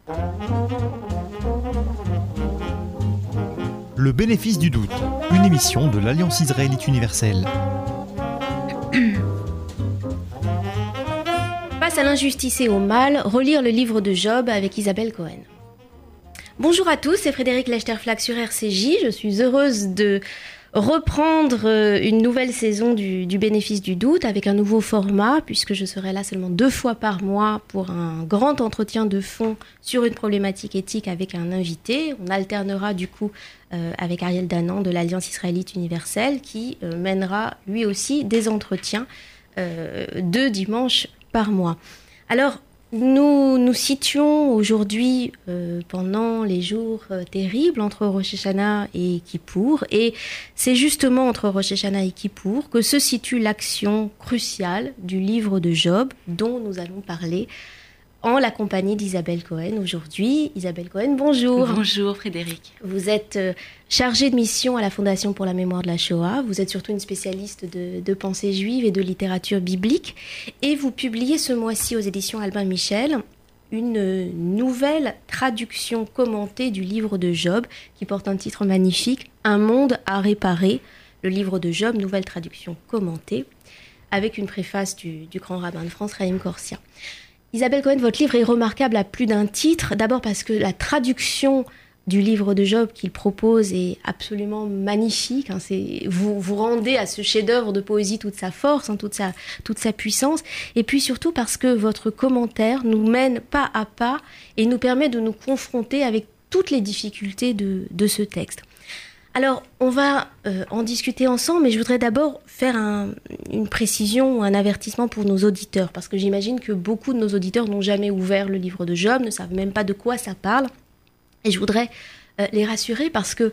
Le bénéfice du doute, une émission de l'Alliance israélite universelle. Face à l'injustice et au mal, relire le livre de Job avec Isabelle Cohen. Bonjour à tous, c'est Frédéric Lechterflack sur RCJ. Je suis heureuse de reprendre une nouvelle saison du bénéfice du doute avec un nouveau format, puisque je serai là seulement 2 fois par mois pour un grand entretien de fond sur une problématique éthique avec un invité. On alternera du coup avec Ariel Danan de l'Alliance israélite universelle qui mènera lui aussi des entretiens 2 dimanches par mois. Alors, nous nous situons aujourd'hui pendant les jours terribles entre Rosh Hashanah et Kippour. Et c'est justement entre Rosh Hashanah et Kippour que se situe l'action cruciale du livre de Job, dont nous allons parler en la compagnie d'Isabelle Cohen aujourd'hui. Isabelle Cohen, bonjour. Bonjour Frédéric. Vous êtes chargée de mission à la Fondation pour la mémoire de la Shoah. Vous êtes surtout une spécialiste de pensée juive et de littérature biblique. Et vous publiez ce mois-ci aux éditions Albin Michel une nouvelle traduction commentée du livre de Job qui porte un titre magnifique, « Un monde à réparer ». Le livre de Job, nouvelle traduction commentée, avec une préface du grand rabbin de France, Raïm Korsia. Isabelle Cohen, votre livre est remarquable à plus d'un titre. D'abord parce que la traduction du livre de Job qu'il propose est absolument magnifique. Vous rendez à ce chef-d'œuvre de poésie toute sa force, toute sa puissance. Et puis surtout parce que votre commentaire nous mène pas à pas et nous permet de nous confronter avec toutes les difficultés de ce texte. Alors, on va en discuter ensemble, mais je voudrais d'abord faire une précision ou un avertissement pour nos auditeurs, parce que j'imagine que beaucoup de nos auditeurs n'ont jamais ouvert le livre de Job, ne savent même pas de quoi ça parle, et je voudrais les rassurer, parce que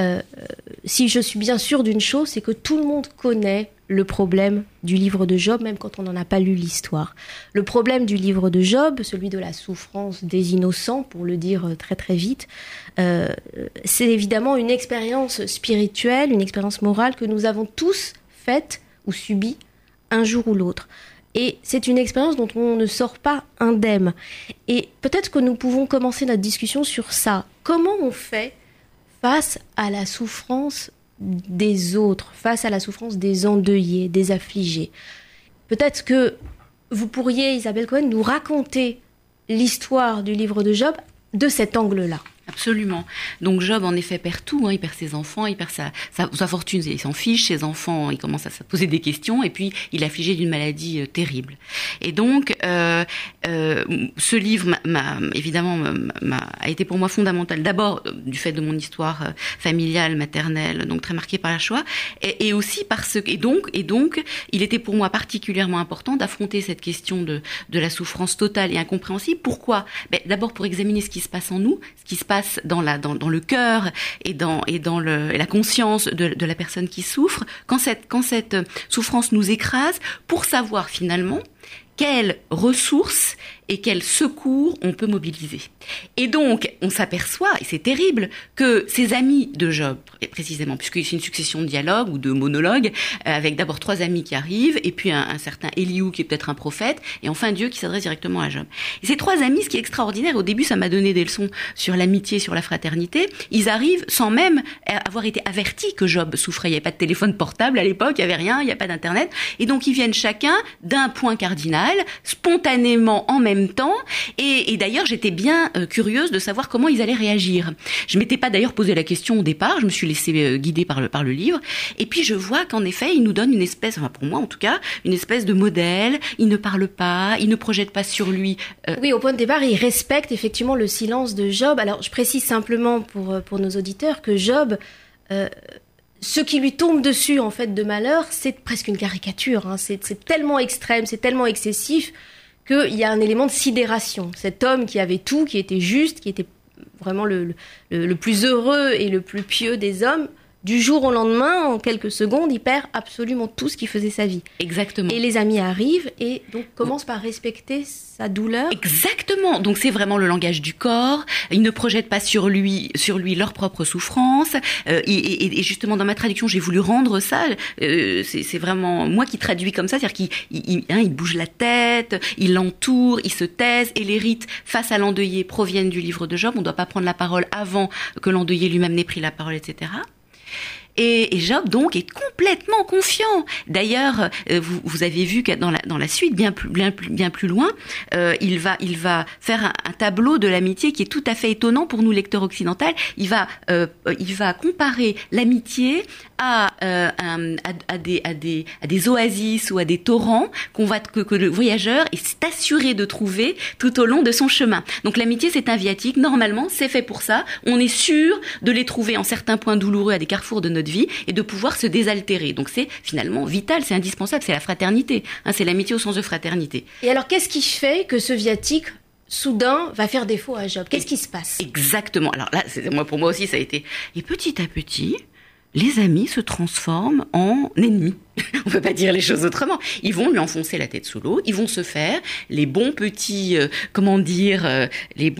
si je suis bien sûre d'une chose, c'est que tout le monde connaît le problème du livre de Job, même quand on n'en a pas lu l'histoire. Le problème du livre de Job, celui de la souffrance des innocents, pour le dire très très vite, c'est évidemment une expérience spirituelle, une expérience morale que nous avons tous faite ou subie un jour ou l'autre. Et c'est une expérience dont on ne sort pas indemne. Et peut-être que nous pouvons commencer notre discussion sur ça. Comment on fait face à la souffrance des autres, face à la souffrance des endeuillés, des affligés? Peut-être que vous pourriez, Isabelle Cohen, nous raconter l'histoire du livre de Job de cet angle-là. Absolument. Donc Job, en effet, perd tout. Il perd ses enfants, il perd sa fortune, il s'en fiche. Ses enfants, il commence à se poser des questions. Et puis, il est affligé d'une maladie terrible. Et donc, ce livre, a été pour moi fondamental. D'abord, du fait de mon histoire familiale, maternelle, donc très marquée par la Shoah. Et aussi et donc, il était pour moi particulièrement important d'affronter cette question de la souffrance totale et incompréhensible. Pourquoi? D'abord, pour examiner ce qui se passe en nous, ce qui se passe dans le cœur et dans la conscience de la personne qui souffre, quand cette souffrance nous écrase, pour savoir finalement quelles ressources et quels secours on peut mobiliser. Et donc, on s'aperçoit, et c'est terrible, que ces amis de Job, précisément, puisque c'est une succession de dialogues ou de monologues, avec d'abord 3 amis qui arrivent, et puis un certain Eliou qui est peut-être un prophète, et enfin Dieu qui s'adresse directement à Job. Et ces 3 amis, ce qui est extraordinaire, au début ça m'a donné des leçons sur l'amitié, sur la fraternité, ils arrivent sans même avoir été avertis que Job souffrait. Il n'y avait pas de téléphone portable à l'époque, il n'y avait rien, il n'y a pas d'internet, et donc ils viennent chacun d'un point cardinal, spontanément en même temps, et d'ailleurs j'étais bien curieuse de savoir comment ils allaient réagir. Je m'étais pas d'ailleurs posé la question au départ, je me suis laissée guider par le livre, et puis je vois qu'en effet il nous donne une espèce, enfin pour moi en tout cas, une espèce de modèle. Il ne parle pas, il ne projette pas sur lui. Oui, au point de départ, il respecte effectivement le silence de Job. Alors je précise simplement pour nos auditeurs que Job, ce qui lui tombe dessus en fait de malheur, c'est presque une caricature. C'est tellement extrême, c'est tellement excessif qu'il y a un élément de sidération. Cet homme qui avait tout, qui était juste, qui était vraiment le plus heureux et le plus pieux des hommes, du jour au lendemain, en quelques secondes, il perd absolument tout ce qui faisait sa vie. Exactement. Et les amis arrivent et donc commencent par respecter sa douleur. Exactement. Donc c'est vraiment le langage du corps. Ils ne projettent pas sur lui leur propre souffrance. Et justement dans ma traduction, j'ai voulu rendre ça. C'est vraiment moi qui traduis comme ça, c'est-à-dire qu'il bouge la tête, il l'entoure, il se taise. Et les rites face à l'endeuillé proviennent du livre de Job. On ne doit pas prendre la parole avant que l'endeuillé lui-même n'ait pris la parole, etc. Et Job donc est complètement confiant. D'ailleurs, vous avez vu que dans la suite, bien plus loin, il va faire un tableau de l'amitié qui est tout à fait étonnant pour nous lecteurs occidentaux. Il va comparer l'amitié à des oasis ou à des torrents que le voyageur est assuré de trouver tout au long de son chemin. Donc l'amitié, c'est un viatique. Normalement, c'est fait pour ça. On est sûr de les trouver en certains points douloureux à des carrefours de notre vie et de pouvoir se désaltérer. Donc c'est finalement vital, c'est indispensable, c'est la fraternité. C'est l'amitié au sens de fraternité. Et alors, qu'est-ce qui fait que ce viatique soudain va faire défaut à Job? Qu'est-ce qui se passe? Exactement. Alors là, pour moi aussi, ça a été... Et petit à petit, les amis se transforment en ennemis. On peut pas dire les choses autrement. Ils vont lui enfoncer la tête sous l'eau. Ils vont se faire les bons petits, les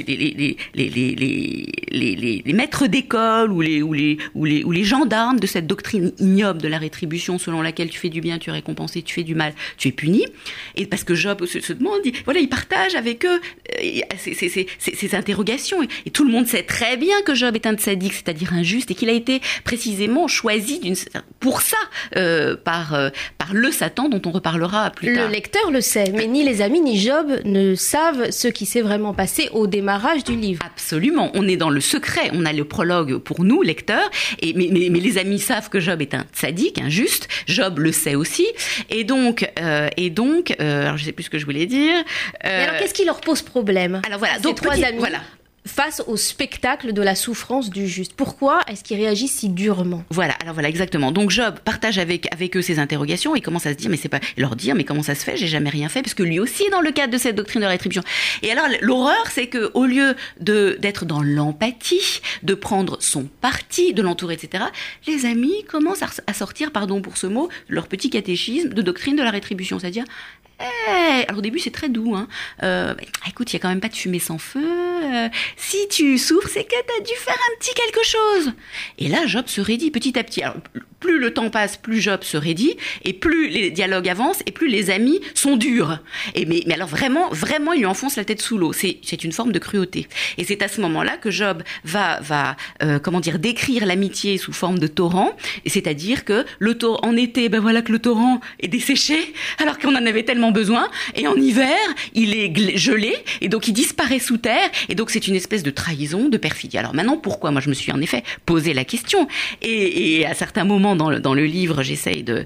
maîtres d'école ou les gendarmes de cette doctrine ignoble de la rétribution selon laquelle tu fais du bien, tu es récompensé, tu fais du mal, tu es puni. Et parce que Job se demande, il partage avec eux ces interrogations. Et tout le monde sait très bien que Job est un sadique, c'est-à-dire injuste, et qu'il a été précisément choisi pour ça. Par le Satan dont on reparlera plus tard. Le lecteur le sait, mais ni les amis ni Job ne savent ce qui s'est vraiment passé au démarrage du livre. Absolument, on est dans le secret, on a le prologue pour nous, lecteurs, mais les amis savent que Job est un sadique, injuste, Job le sait aussi, et donc, alors je sais plus ce que je voulais dire. Mais alors qu'est-ce qui leur pose problème? Alors voilà, donc trois amis. Voilà. Face au spectacle de la souffrance du juste. Pourquoi est-ce qu'ils réagissent si durement? Voilà, exactement. Donc Job partage avec eux ses interrogations, il commence à se dire, mais comment ça se fait? J'ai jamais rien fait, parce que lui aussi est dans le cadre de cette doctrine de la rétribution. Et alors, l'horreur, c'est que au lieu d'être dans l'empathie, de prendre son parti, de l'entourer, etc., les amis commencent à sortir, pardon pour ce mot, leur petit catéchisme de doctrine de la rétribution, c'est-à-dire, alors au début c'est très doux, écoute, il y a quand même pas de fumée sans feu, si tu souffres c'est que t'as dû faire un petit quelque chose. Et là Job se raidit petit à petit. Alors, plus le temps passe, plus Job se raidit, et plus les dialogues avancent, et plus les amis sont durs. Mais alors vraiment il lui enfonce la tête sous l'eau. C'est une forme de cruauté. Et c'est à ce moment-là que Job va décrire l'amitié sous forme de torrent, et c'est-à-dire que en été, que le torrent est desséché, alors qu'on en avait tellement besoin, et en hiver, il est gelé, et donc il disparaît sous terre, et donc c'est une espèce de trahison, de perfidie. Alors maintenant, pourquoi? Moi, je me suis en effet posé la question, et à certains moments dans le livre, j'essaye de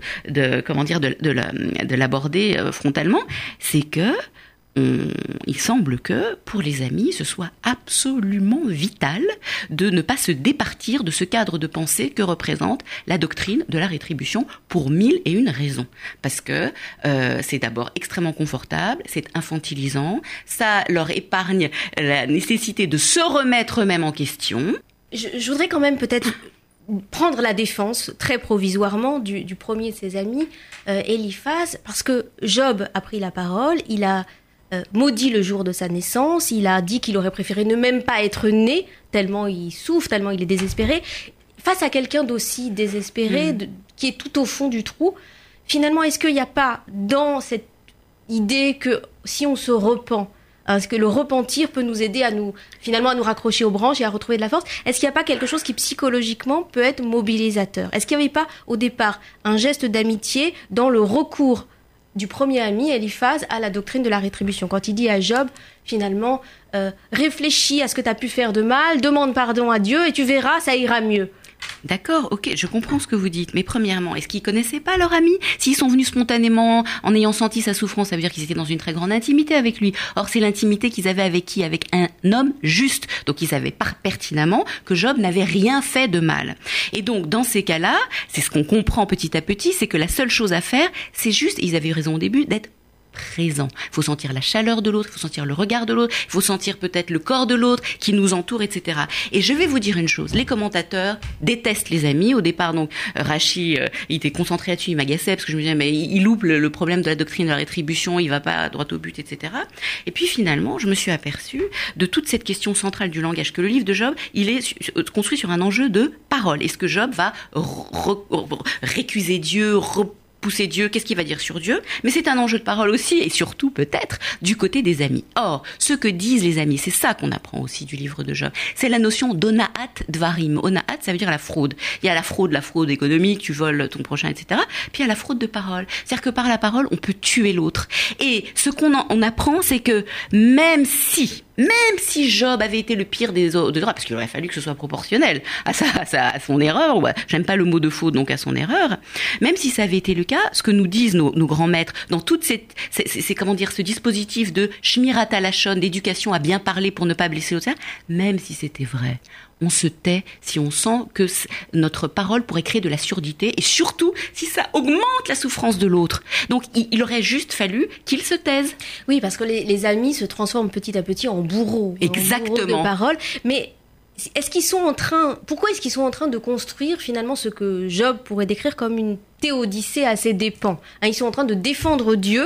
l'aborder frontalement, c'est que il semble que, pour les amis, ce soit absolument vital de ne pas se départir de ce cadre de pensée que représente la doctrine de la rétribution pour 1001 raisons. Parce que c'est d'abord extrêmement confortable, c'est infantilisant, ça leur épargne la nécessité de se remettre eux-mêmes en question. Je voudrais quand même peut-être prendre la défense très provisoirement du premier de ses amis, Eliphaz, parce que Job a pris la parole, il a maudit le jour de sa naissance, il a dit qu'il aurait préféré ne même pas être né, tellement il souffre, tellement il est désespéré. Face à quelqu'un d'aussi désespéré, qui est tout au fond du trou, finalement, est-ce qu'il n'y a pas dans cette idée que si on se repent, est-ce que le repentir peut nous aider à nous raccrocher aux branches et à retrouver de la force? Est-ce qu'il n'y a pas quelque chose qui psychologiquement peut être mobilisateur? Est-ce qu'il n'y avait pas au départ un geste d'amitié dans le recours du premier ami, Eliphaz, à la doctrine de la rétribution? Quand il dit à Job, finalement, réfléchis à ce que tu as pu faire de mal, demande pardon à Dieu et tu verras, ça ira mieux. D'accord, ok, je comprends ce que vous dites, mais premièrement, est-ce qu'ils connaissaient pas leur ami? S'ils sont venus spontanément, en ayant senti sa souffrance, ça veut dire qu'ils étaient dans une très grande intimité avec lui. Or, c'est l'intimité qu'ils avaient avec qui? Avec un homme juste. Donc, ils savaient pertinemment que Job n'avait rien fait de mal. Et donc, dans ces cas-là, c'est ce qu'on comprend petit à petit, c'est que la seule chose à faire, c'est juste, ils avaient eu raison au début, d'être présent. Il faut sentir la chaleur de l'autre, il faut sentir le regard de l'autre, il faut sentir peut-être le corps de l'autre qui nous entoure, etc. Et je vais vous dire une chose, les commentateurs détestent les amis. Au départ, donc, Rachi, il était concentré là-dessus, il m'agaçait parce que je me disais, mais il loupe le problème de la doctrine de la rétribution, il va pas droit au but, etc. Et puis finalement, je me suis aperçue de toute cette question centrale du langage, que le livre de Job, il est construit sur un enjeu de parole. Est-ce que Job va récuser Dieu, pousser Dieu, qu'est-ce qu'il va dire sur Dieu? Mais c'est un enjeu de parole aussi, et surtout peut-être du côté des amis. Or, ce que disent les amis, c'est ça qu'on apprend aussi du livre de Job. C'est la notion d'onaat dvarim. Onaat, ça veut dire la fraude. Il y a la fraude économique, tu voles ton prochain, etc. Puis il y a la fraude de parole. C'est-à-dire que par la parole, on peut tuer l'autre. Et ce qu'on apprend, c'est que même si Job avait été le pire des droits, parce qu'il aurait fallu que ce soit proportionnel à son erreur, ouais, j'aime pas le mot de faute, donc à son erreur, même si ça avait été le cas, ce que nous disent nos grands maîtres dans toute c'est comment dire, ce dispositif de shmirat halashon, d'éducation à bien parler pour ne pas blesser l'autre, même si c'était vrai, on se tait si on sent que notre parole pourrait créer de la surdité, et surtout si ça augmente la souffrance de l'autre. Donc il aurait juste fallu qu'ils se taisent. Oui, parce que les amis se transforment petit à petit en bourreaux. Exactement. En bourreaux de parole. Mais pourquoi est-ce qu'ils sont en train de construire finalement ce que Job pourrait décrire comme une théodicée à ses dépens? Ils sont en train de défendre Dieu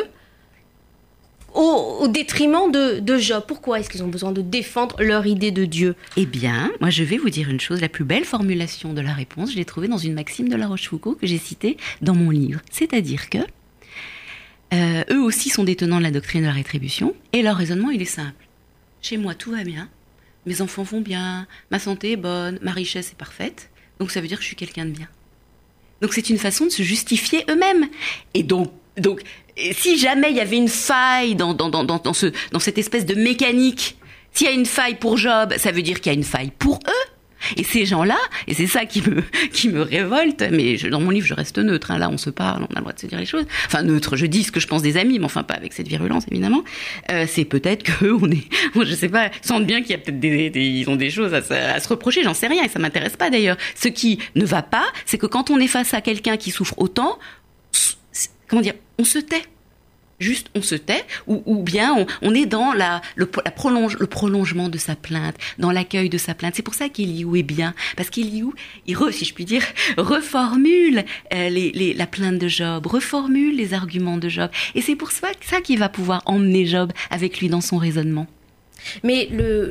au détriment de Job. Pourquoi est-ce qu'ils ont besoin de défendre leur idée de Dieu? Eh bien, moi je vais vous dire une chose, la plus belle formulation de la réponse, je l'ai trouvée dans une maxime de La Rochefoucauld que j'ai citée dans mon livre. C'est-à-dire que eux aussi sont des tenants de la doctrine de la rétribution, et leur raisonnement il est simple. Chez moi tout va bien, mes enfants vont bien, ma santé est bonne, ma richesse est parfaite, donc ça veut dire que je suis quelqu'un de bien. Donc c'est une façon de se justifier eux-mêmes. Et donc si jamais il y avait une faille dans cette espèce de mécanique, s'il y a une faille pour Job, ça veut dire qu'il y a une faille pour eux. Et ces gens-là, et c'est ça qui me révolte, mais dans mon livre je reste neutre, là on se parle, on a le droit de se dire les choses, enfin neutre, je dis ce que je pense des amis, mais enfin pas avec cette virulence évidemment, c'est peut-être qu'eux je sais pas, sentent bien qu'il y a peut-être ils ont des choses à se reprocher, j'en sais rien, et ça m'intéresse pas d'ailleurs. Ce qui ne va pas, c'est que quand on est face à quelqu'un qui souffre autant, comment dire, on se tait. Juste, on se tait, ou bien on est dans le prolongement de sa plainte, dans l'accueil de sa plainte. C'est pour ça qu'Elihu est bien, parce qu'Elihu, si je puis dire, reformule la plainte de Job, reformule les arguments de Job. Et c'est pour ça qu'il va pouvoir emmener Job avec lui dans son raisonnement. Mais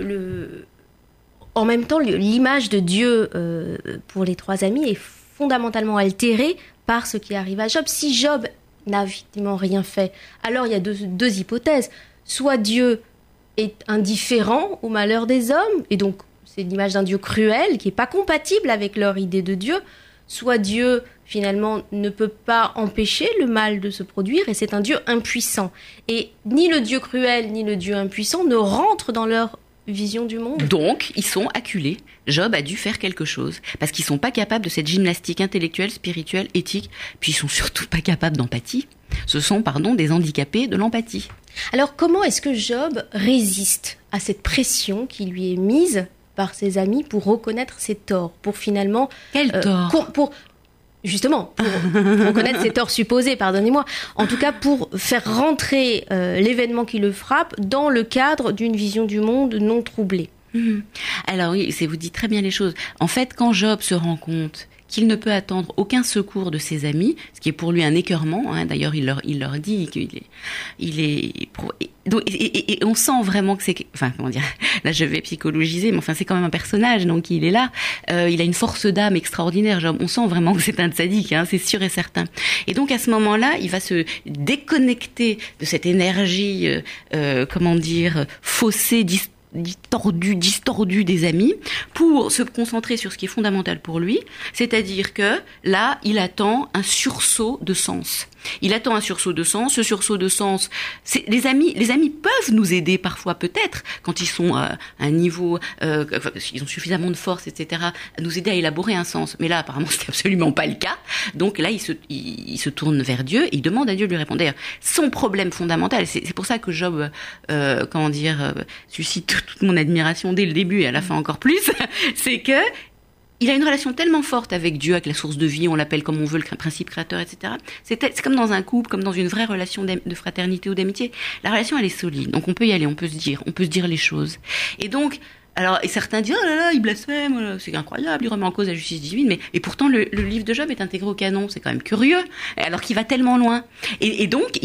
en même temps, l'image de Dieu pour les trois amis est fondamentalement altérée par ce qui arrive à Job. Si Job n'a effectivement rien fait, alors il y a deux hypothèses. Soit Dieu est indifférent au malheur des hommes, et donc c'est l'image d'un Dieu cruel qui n'est pas compatible avec leur idée de Dieu, soit Dieu finalement ne peut pas empêcher le mal de se produire, et c'est un Dieu impuissant. Et ni le Dieu cruel ni le Dieu impuissant ne rentrent dans leur vision du monde. Donc, ils sont acculés. Job a dû faire quelque chose. Parce qu'ils sont pas capables de cette gymnastique intellectuelle, spirituelle, éthique. Puis ils sont surtout pas capables d'empathie. Ce sont, des handicapés de l'empathie. Alors, comment est-ce que Job résiste à cette pression qui lui est mise par ses amis pour reconnaître ses torts? Pour finalement... Quel tort? Justement, pour reconnaître ses torts supposés, pardonnez-moi. En tout cas, pour faire rentrer l'événement qui le frappe dans le cadre d'une vision du monde non troublée. Alors oui, vous dites très bien les choses. En fait, quand Job se rend compte qu'il ne peut attendre aucun secours de ses amis, ce qui est pour lui un écœurement, d'ailleurs il leur dit qu'il et on sent vraiment que c'est, là je vais psychologiser, mais c'est quand même un personnage, donc il est là, il a une force d'âme extraordinaire, Job. On sent vraiment que c'est un sadique, c'est sûr et certain. Et donc à ce moment-là, il va se déconnecter de cette énergie, faussée, distordu des amis, pour se concentrer sur ce qui est fondamental pour lui, c'est-à-dire que là, il attend un sursaut de sens. Ce sursaut de sens, les amis peuvent nous aider parfois, peut-être, quand ils sont à un niveau, ils ont suffisamment de force, etc., à nous aider à élaborer un sens. Mais là, apparemment, c'est absolument pas le cas. Donc là, il se tourne vers Dieu et il demande à Dieu de lui répondre. D'ailleurs, son problème fondamental, c'est pour ça que Job, suscite toute mon admiration dès le début et à la fin encore plus, c'est que il a une relation tellement forte avec Dieu, avec la source de vie, on l'appelle comme on veut, le principe créateur, etc. C'est comme dans un couple, comme dans une vraie relation de fraternité ou d'amitié. La relation, elle est solide. Donc on peut y aller, on peut se dire les choses. Et donc, alors, et certains disent, oh là là, il blasphème, c'est incroyable, il remet en cause la justice divine, et pourtant le livre de Job est intégré au canon, c'est quand même curieux, alors qu'il va tellement loin. Et donc,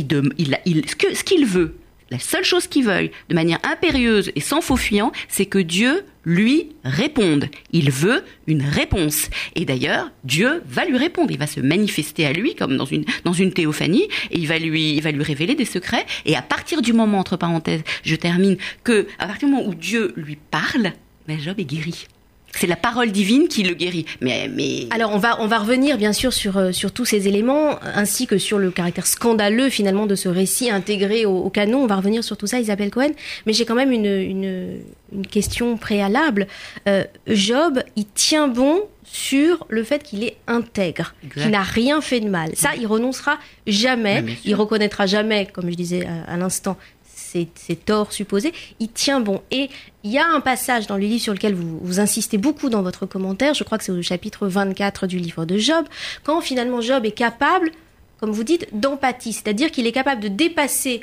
ce qu'il veut, la seule chose qu'il veuille, de manière impérieuse et sans faux fuyant, c'est que Dieu lui réponde. Il veut une réponse. Et d'ailleurs, Dieu va lui répondre. Il va se manifester à lui comme dans une théophanie et il va lui révéler des secrets. Et à partir du moment, entre parenthèses, je termine, à partir du moment où Dieu lui parle, Job est guéri. C'est la parole divine qui le guérit. Mais... Alors, on va revenir, bien sûr, sur tous ces éléments, ainsi que sur le caractère scandaleux, finalement, de ce récit intégré au canon. On va revenir sur tout ça, Isabelle Cohen. Mais j'ai quand même une question préalable. Job, il tient bon sur le fait qu'il est intègre, qu'il n'a rien fait de mal. Ça, il renoncera jamais. Il reconnaîtra jamais, comme je disais à l'instant, ses torts supposés, il tient bon. Et il y a un passage dans le livre sur lequel vous insistez beaucoup dans votre commentaire, je crois que c'est au chapitre 24 du livre de Job, quand finalement Job est capable, comme vous dites, d'empathie, c'est-à-dire qu'il est capable de dépasser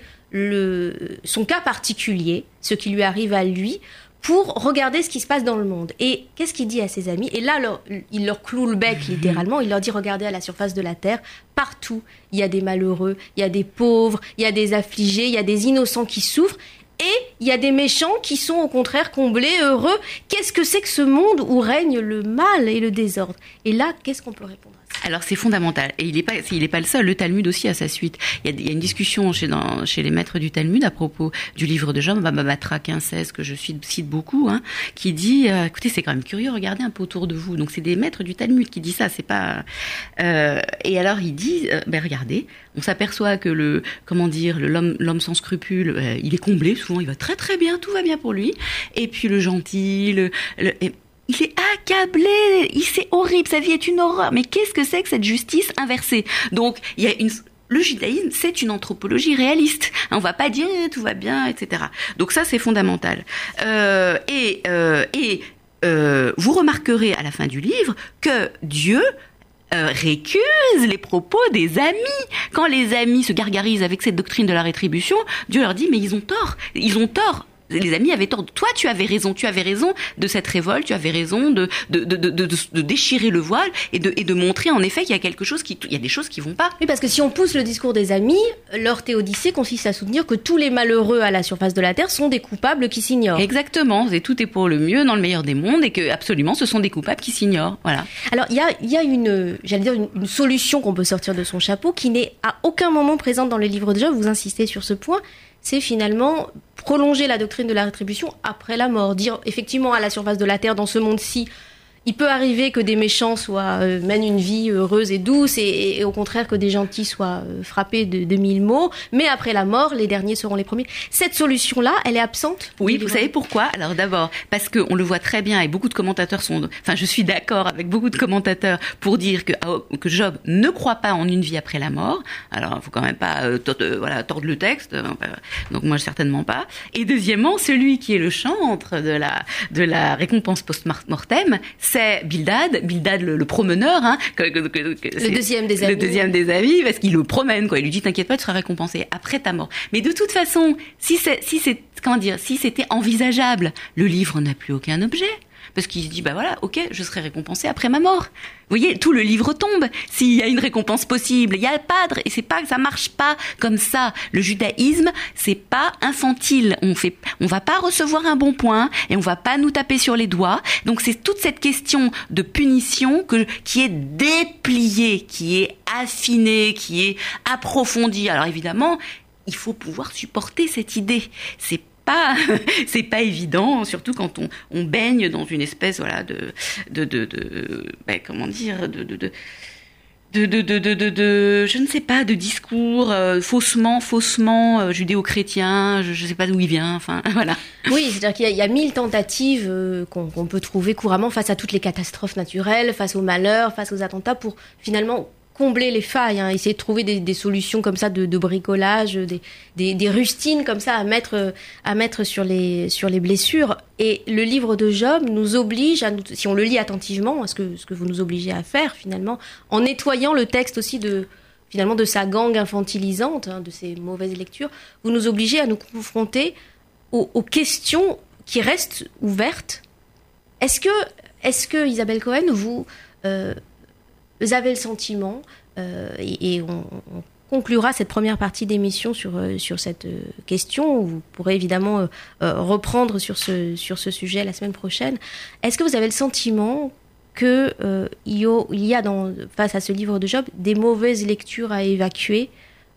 son cas particulier, ce qui lui arrive à lui, pour regarder ce qui se passe dans le monde. Et qu'est-ce qu'il dit à ses amis ? Et là, il leur cloue le bec, littéralement. Il leur dit, regardez à la surface de la terre, partout, il y a des malheureux, il y a des pauvres, il y a des affligés, il y a des innocents qui souffrent, et il y a des méchants qui sont au contraire comblés, heureux. Qu'est-ce que c'est que ce monde où règne le mal et le désordre ? Et là, qu'est-ce qu'on peut répondre ? Alors c'est fondamental, et il est pas le seul. Le Talmud aussi a sa suite. Il y a une discussion chez les maîtres du Talmud à propos du livre de Job, Baba Batra 15-16, que je cite beaucoup, qui dit écoutez, c'est quand même curieux, regardez un peu autour de vous. Donc c'est des maîtres du Talmud qui disent ça, c'est pas. Et alors il dit regardez, on s'aperçoit que l'homme sans scrupules, il est comblé. Souvent il va très très bien, tout va bien pour lui. Et puis le gentil, il est accablé, c'est horrible, sa vie est une horreur. Mais qu'est-ce que c'est que cette justice inversée ? Donc, le judaïsme, c'est une anthropologie réaliste. On va pas dire tout va bien, etc. Donc ça, c'est fondamental. Vous remarquerez à la fin du livre que Dieu récuse les propos des amis. Quand les amis se gargarisent avec cette doctrine de la rétribution, Dieu leur dit mais ils ont tort. Les amis avaient tort. Toi, tu avais raison de cette révolte, tu avais raison de déchirer le voile et de montrer en effet qu'il y a il y a des choses qui vont pas. Oui, parce que si on pousse le discours des amis, leur théodicée consiste à soutenir que tous les malheureux à la surface de la terre sont des coupables qui s'ignorent. Exactement, et tout est pour le mieux dans le meilleur des mondes et que absolument ce sont des coupables qui s'ignorent. Voilà. Alors il y a une solution qu'on peut sortir de son chapeau qui n'est à aucun moment présente dans le livre de Job. Vous insistez sur ce point. C'est finalement prolonger la doctrine de la rétribution après la mort. Dire effectivement à la surface de la terre, dans ce monde-ci, il peut arriver que des méchants mènent une vie heureuse et douce et au contraire que des gentils soient frappés de mille maux. Mais après la mort, les derniers seront les premiers. Cette solution-là, elle est absente. Oui, vous savez pourquoi ? Alors d'abord, parce qu'on le voit très bien et beaucoup de commentateurs je suis d'accord avec beaucoup de commentateurs pour dire que Job ne croit pas en une vie après la mort. Alors, il faut quand même pas tordre le texte. Donc moi, certainement pas. Et deuxièmement, celui qui est le chantre de la récompense post-mortem, c'est Bildad, le promeneur, le deuxième des amis. Le deuxième des amis, parce qu'il le promène, quoi. Il lui dit, t'inquiète pas, tu seras récompensé après ta mort. Mais de toute façon, si c'était envisageable, le livre n'a plus aucun objet. Parce qu'il se dit, je serai récompensé après ma mort. Vous voyez, tout le livre tombe. S'il y a une récompense possible, il y a pas et c'est pas que ça marche pas comme ça. Le judaïsme, c'est pas infantile. On va pas recevoir un bon point et on va pas nous taper sur les doigts. Donc c'est toute cette question de punition qui est dépliée, qui est affinée, qui est approfondie. Alors évidemment, il faut pouvoir supporter cette idée. C'est pas évident, surtout quand on baigne dans une espèce je ne sais pas, de discours faussement judéo-chrétien, je ne sais pas d'où il vient, enfin voilà. Oui, c'est-à-dire qu'il y a 1000 tentatives qu'on peut trouver couramment face à toutes les catastrophes naturelles, face aux malheurs, face aux attentats, pour finalement combler les failles, hein, essayer de trouver des solutions comme ça de bricolage, des rustines comme ça à mettre sur les blessures. Et le livre de Job nous oblige, si on le lit attentivement, ce que vous nous obligez à faire finalement, en nettoyant le texte aussi de sa gangue infantilisante, hein, de ses mauvaises lectures, vous nous obligez à nous confronter aux questions qui restent ouvertes. Est-ce que Isabelle Cohen, vous avez le sentiment, et on conclura cette première partie d'émission sur cette question, où vous pourrez évidemment reprendre sur ce sujet la semaine prochaine. Est-ce que vous avez le sentiment qu'il y a face à ce livre de Job des mauvaises lectures à évacuer,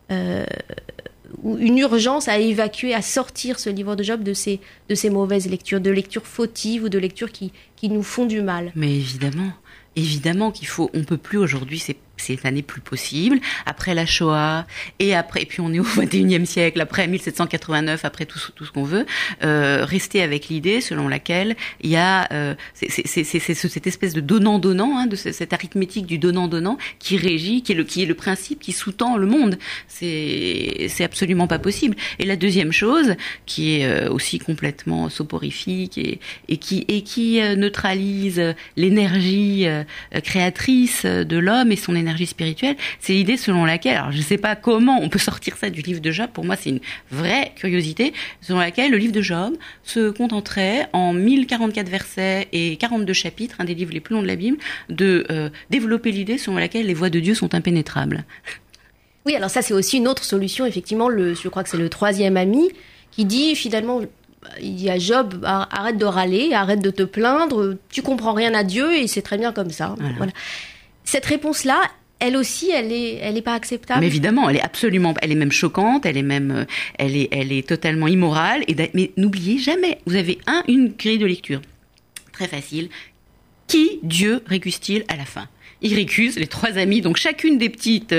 ou une urgence à évacuer, à sortir ce livre de Job de ces mauvaises lectures, de lectures fautives ou de lectures qui nous font du mal? Mais évidemment on peut plus aujourd'hui, ça n'est plus possible. Après la Shoah, et puis on est au XXIe siècle, après 1789, après tout ce qu'on veut, rester avec l'idée selon laquelle il y a cette espèce de donnant-donnant, hein, de cette arithmétique du donnant-donnant qui régit, qui est le principe qui sous-tend le monde. C'est absolument pas possible. Et la deuxième chose, qui est aussi complètement soporifique et qui neutralise l'énergie créatrice de l'homme et son énergie spirituelle, c'est l'idée selon laquelle, alors je ne sais pas comment on peut sortir ça du livre de Job, pour moi c'est une vraie curiosité, selon laquelle le livre de Job se contenterait en 1044 versets et 42 chapitres, un des livres les plus longs de la Bible, de développer l'idée selon laquelle les voies de Dieu sont impénétrables. Oui, alors ça c'est aussi une autre solution, effectivement, je crois que c'est le troisième ami qui dit finalement, il y a Job, arrête de râler, arrête de te plaindre, tu comprends rien à Dieu et c'est très bien comme ça. Voilà. Cette réponse-là, elle aussi, elle est pas acceptable. Mais évidemment, elle est même choquante, elle est totalement immorale. Mais n'oubliez jamais, vous avez une grille de lecture très facile. Qui Dieu récuse-t-il à la fin? Il récuse les trois amis, donc chacune des petites,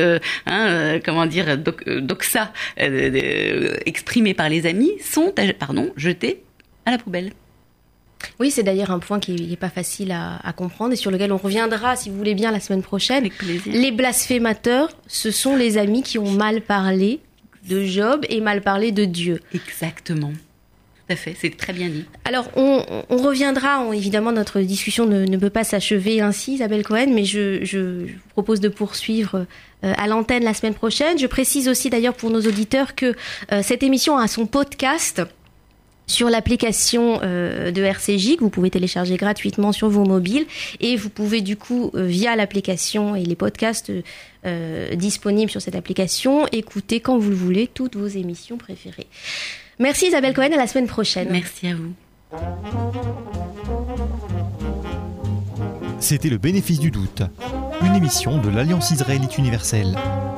doxa exprimées par les amis sont, jetées à la poubelle. Oui, c'est d'ailleurs un point qui n'est pas facile à comprendre et sur lequel on reviendra, si vous voulez bien, la semaine prochaine. Avec plaisir. Les blasphémateurs, ce sont les amis qui ont mal parlé de Job et mal parlé de Dieu. Exactement. Tout à fait, c'est très bien dit. Alors, on reviendra, évidemment, notre discussion ne peut pas s'achever ainsi, Isabelle Cohen, mais je vous propose de poursuivre à l'antenne la semaine prochaine. Je précise aussi d'ailleurs pour nos auditeurs que cette émission a son podcast sur l'application de RCJ que vous pouvez télécharger gratuitement sur vos mobiles, et vous pouvez du coup via l'application et les podcasts disponibles sur cette application écouter quand vous le voulez toutes vos émissions préférées. Merci Isabelle Cohen, à la semaine prochaine. Merci à vous. C'était Le Bénéfice du Doute, une émission de l'Alliance Israélite Universelle.